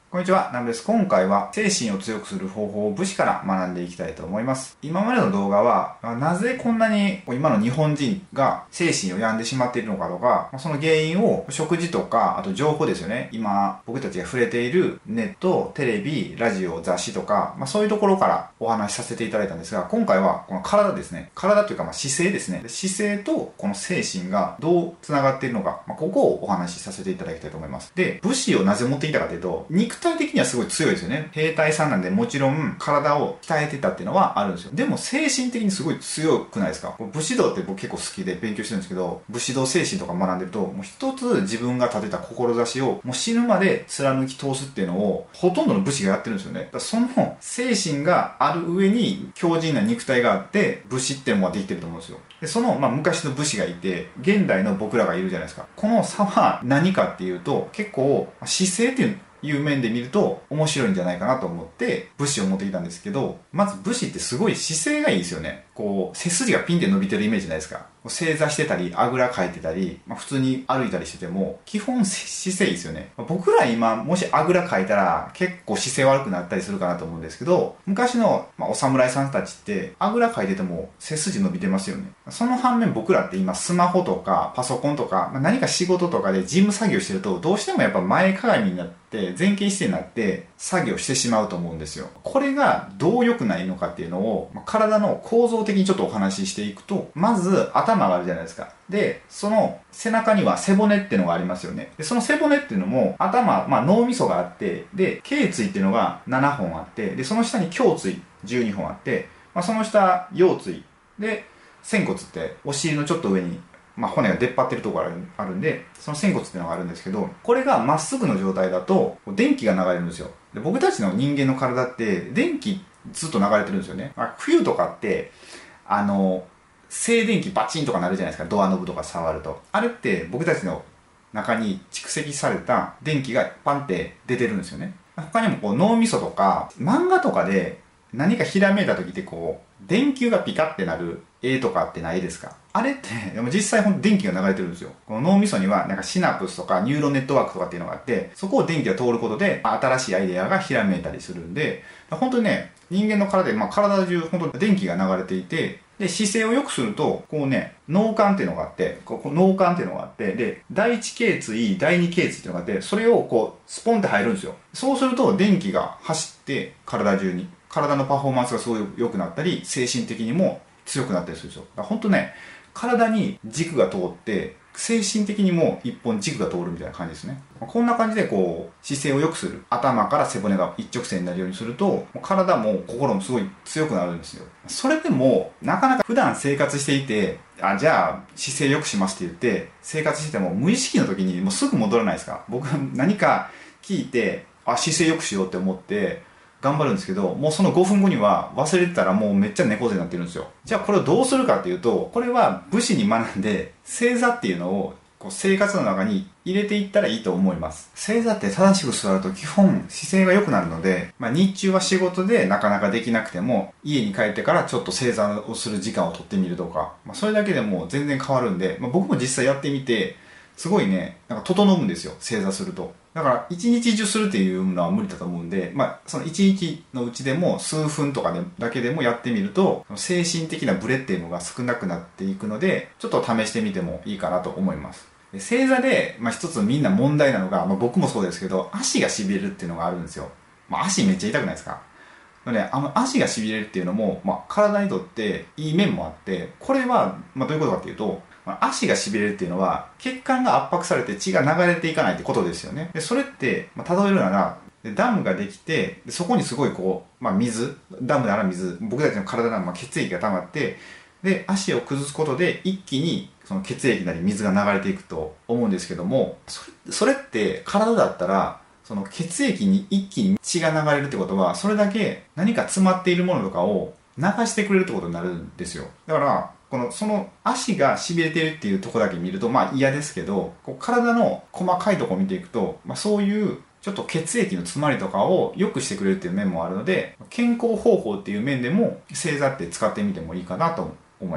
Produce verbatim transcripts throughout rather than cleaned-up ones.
こんにちは、南部です。今回は精神を強くする方法を武士から学んでいきたいと思います。今までの動画は、なぜこんなに今の日本人が精神を病んでしまっているのかとか、その原因を食事とか、あと情報ですよね。今僕たちが触れているネット、テレビ、ラジオ、雑誌とか、まあ、そういうところからお話しさせていただいたんですが、今回はこの体ですね。体というかまあ姿勢ですね。姿勢とこの精神がどう繋がっているのか、まあ、ここをお話しさせていただきたいと思います。で、武士をなぜ持ってきたかというと、肉体的にはすごい強いですよね。兵隊さんなんでもちろん体を鍛えてたっていうのはあるんですよ。でも精神的にすごい強くないですか？武士道って僕結構好きで勉強してるんですけど、武士道精神とか学んでると、もう一つ自分が立てた志をもう死ぬまで貫き通すっていうのをほとんどの武士がやってるんですよね。だからその精神がある上に強靭な肉体があって武士っていうのができてると思うんですよ。でその、まあ、昔の武士がいて現代の僕らがいるじゃないですか。この差は何かっていうと、結構姿勢っていういう面で見ると面白いんじゃないかなと思って武士を持ってきたんですけど、まず武士ってすごい姿勢がいいですよね。こう背筋がピンって伸びてるイメージないですか？正座してたりあぐらかいてたり、まあ、普通に歩いたりしてても基本姿勢いいですよね。僕ら今もしあぐらかいたら結構姿勢悪くなったりするかなと思うんですけど、昔の、まあ、お侍さんたちってあぐらかいてても背筋伸びてますよね。その反面僕らって今スマホとかパソコンとか、まあ、何か仕事とかで事務作業してるとどうしてもやっぱ前かがみになって前傾姿勢になって作業してしまうと思うんですよ。これがどう良くないのかっていうのを、まあ、体の構造的にちょっとお話ししていくと、まず頭があるじゃないですか。で、その背中には背骨っていうのがありますよね。で、その背骨っていうのも頭、まあ脳みそがあって、で、頸椎っていうのがななほんあって、で、その下に胸椎じゅうにほんあって、まあ、その下腰椎で、仙骨ってお尻のちょっと上にまあ、骨が出っ張ってるところがあるんで、その仙骨っていうのがあるんですけど、これがまっすぐの状態だと電気が流れるんですよ。で、僕たちの人間の体って電気ずっと流れてるんですよね。まあ、冬とかってあの静電気バチンとかなるじゃないですか。ドアノブとか触ると、あれって僕たちの中に蓄積された電気がパンって出てるんですよね。他にもこう脳みそとか漫画とかで何かひらめいた時ってこう電球がピカってなる絵とかってないですか？あれってでも実際ほんと電気が流れてるんですよ。この脳みそにはなんかシナプスとかニューロネットワークとかっていうのがあって、そこを電気が通ることで新しいアイデアがひらめいたりするんで、本当にね、人間の体で、まあ、体中本当電気が流れていて、で姿勢を良くするとこうね、脳幹っていうのがあって、こう脳幹っていうのがあって、で第一頸椎第二頸椎っていうのがあって、それをこうスポンって入るんですよ。そうすると電気が走って体中に、体のパフォーマンスがすごい良くなったり精神的にも強くなったりするんですよ。だから本当ね、体に軸が通って精神的にも一本軸が通るみたいな感じですね。こんな感じでこう姿勢を良くする、頭から背骨が一直線になるようにすると体も心もすごい強くなるんですよ。それでもなかなか普段生活していて、あじゃあ姿勢良くしますって言って生活してても無意識の時にもうすぐ戻らないですか？僕何か聞いてあ姿勢良くしようって思って頑張るんですけど、もうそのごふんごには忘れてたらもうめっちゃ猫背になってるんですよ。じゃあこれをどうするかっていうと、これは武士に学んで正座っていうのをこう生活の中に入れていったらいいと思います。正座って正しく座ると基本姿勢が良くなるので、まあ、日中は仕事でなかなかできなくても家に帰ってからちょっと正座をする時間を取ってみるとか、まあ、それだけでも全然変わるんで、まあ、僕も実際やってみてすごいね、なんか整うんですよ、正座すると。だから一日中するっていうのは無理だと思うんで、まあその一日のうちでも数分とかでだけでもやってみると精神的なブレっていうのが少なくなっていくので、ちょっと試してみてもいいかなと思います。で正座で、まあ、一つみんな問題なのが、まあ、僕もそうですけど足がしびれるっていうのがあるんですよ。まあ、足めっちゃ痛くないですか？ね、あの足がしびれるっていうのも、まあ、体にとっていい面もあって、これは、まあ、どういうことかっていうと、足がしびれるっていうのは血管が圧迫されて血が流れていかないってことですよね。でそれって、まあ、例えるならダムができて、そこにすごいこう、まあ、水ダムなら水、僕たちの体の血液が溜まって、で足を崩すことで一気にその血液なり水が流れていくと思うんですけども、それ、それって体だったらその血液に一気に血が流れるってことは、それだけ何か詰まっているものとかを流してくれるってことになるんですよ。だからこのその足がしびれてるっていうところだけ見るとまあ嫌ですけど、こう体の細かいところを見ていくと、まあ、そういうちょっと血液の詰まりとかを良くしてくれるっていう面もあるので、健康方法っていう面でも正座って使ってみてもいいかなと思います。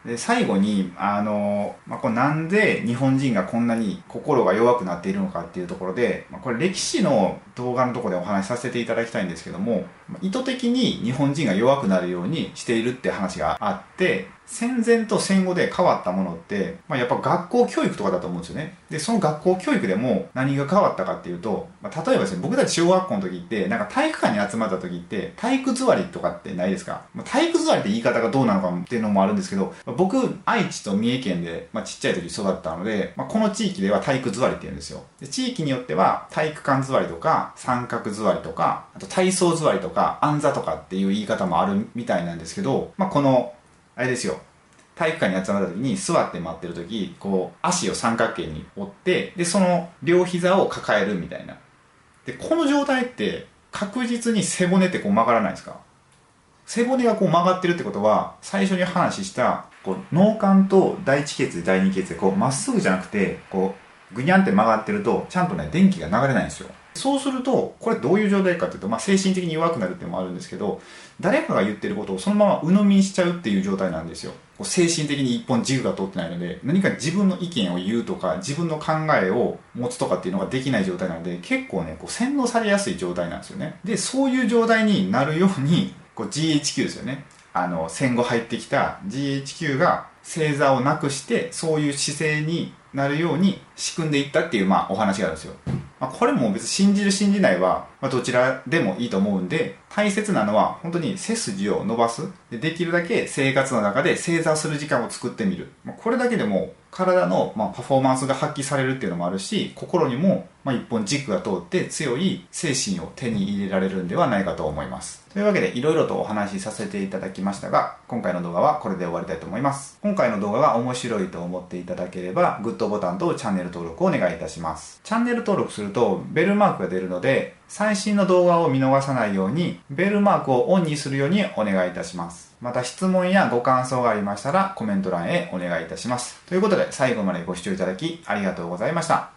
で、最後に、あの、まあ、これなんで日本人がこんなに心が弱くなっているのかっていうところで、まあ、これ歴史の動画のところでお話しさせていただきたいんですけども、意図的に日本人が弱くなるようにしているって話があって、戦前と戦後で変わったものって、まあ、やっぱ学校教育とかだと思うんですよね。で、その学校教育でも何が変わったかっていうと、まあ、例えばですね、僕たち小学校の時って、なんか体育館に集まった時って、体育座りとかってないですか？まあ、体育座りって言い方がどうなのかっていうのもあるんですけど、僕、愛知と三重県で、まあ、ちっちゃい時育ったので、まあ、この地域では体育座りって言うんですよ。で、地域によっては体育館座りとか、三角座りとか、あと体操座りとか、暗座とかっていう言い方もあるみたいなんですけど、まあ、この、あれですよ。体育館に集まった時に座って待ってる時、こう、足を三角形に折って、で、その両膝を抱えるみたいな。で、この状態って確実に背骨ってこう曲がらないですか？背骨がこう曲がってるってことは、最初に話したこう脳幹と第一血で第二血でこうまっすぐじゃなくて、こうぐにゃんって曲がってるとちゃんとね電気が流れないんですよ。そうするとこれどういう状態かっていうと、まあ、精神的に弱くなるっていうのもあるんですけど、誰かが言ってることをそのまま鵜呑みにしちゃうっていう状態なんですよ。こう精神的に一本軸が通ってないので、何か自分の意見を言うとか自分の考えを持つとかっていうのができない状態なので、結構ねこう洗脳されやすい状態なんですよね。で、そういう状態になるようにこう ジーエイチキュー ですよね。あの戦後入ってきた ジーエイチキュー が正座をなくしてそういう姿勢になるように仕組んでいったっていう、まあ、お話があるんですよ。まあ、これも別に信じる信じないは、まあ、どちらでもいいと思うんで、大切なのは本当に背筋を伸ばす。で、できるだけ生活の中で正座する時間を作ってみる。まあ、これだけでも体の、まあ、パフォーマンスが発揮されるっていうのもあるし、心にも、まあ、一本軸が通って強い精神を手に入れられるんではないかと思います。というわけでいろいろとお話しさせていただきましたが、今回の動画はこれで終わりたいと思います。今回の動画が面白いと思っていただければ、グッドボタンとチャンネル登録をお願いいたします。チャンネル登録するとベルマークが出るので、最新の動画を見逃さないように、ベルマークをオンにするようにお願いいたします。また質問やご感想がありましたらコメント欄へお願いいたします。ということで最後までご視聴いただきありがとうございました。